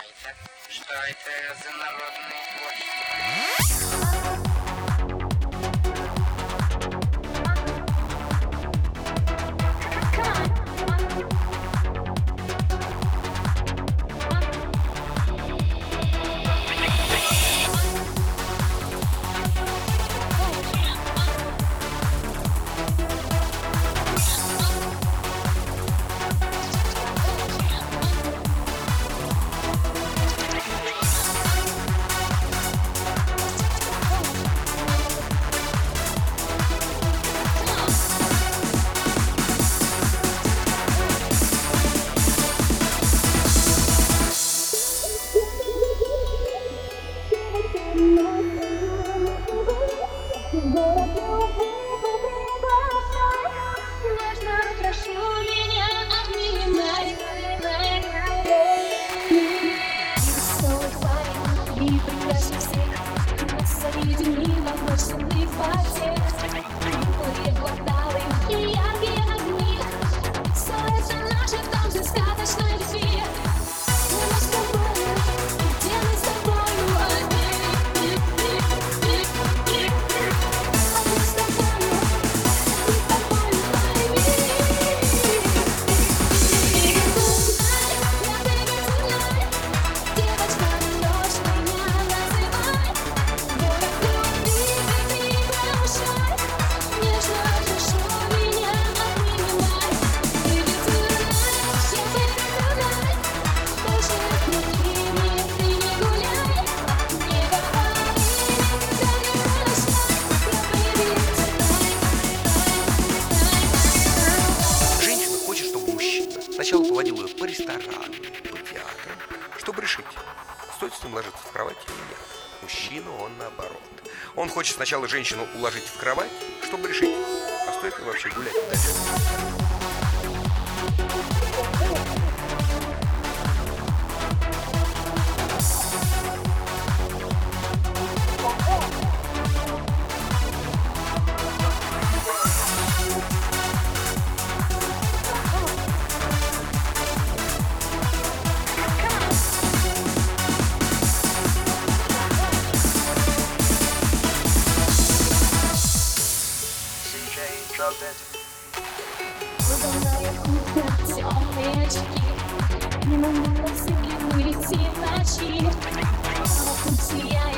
знаете, что это за народные творчества? Сначала поводил ее по ресторанам, по театрам, чтобы решить, стоит с ним ложиться в кровать или нет. Мужчина, он наоборот. Он хочет сначала женщину уложить в кровать, чтобы решить, а стоит ли вообще гулять дальше. Темные очки, мимо нас и выйти ночи. По пути я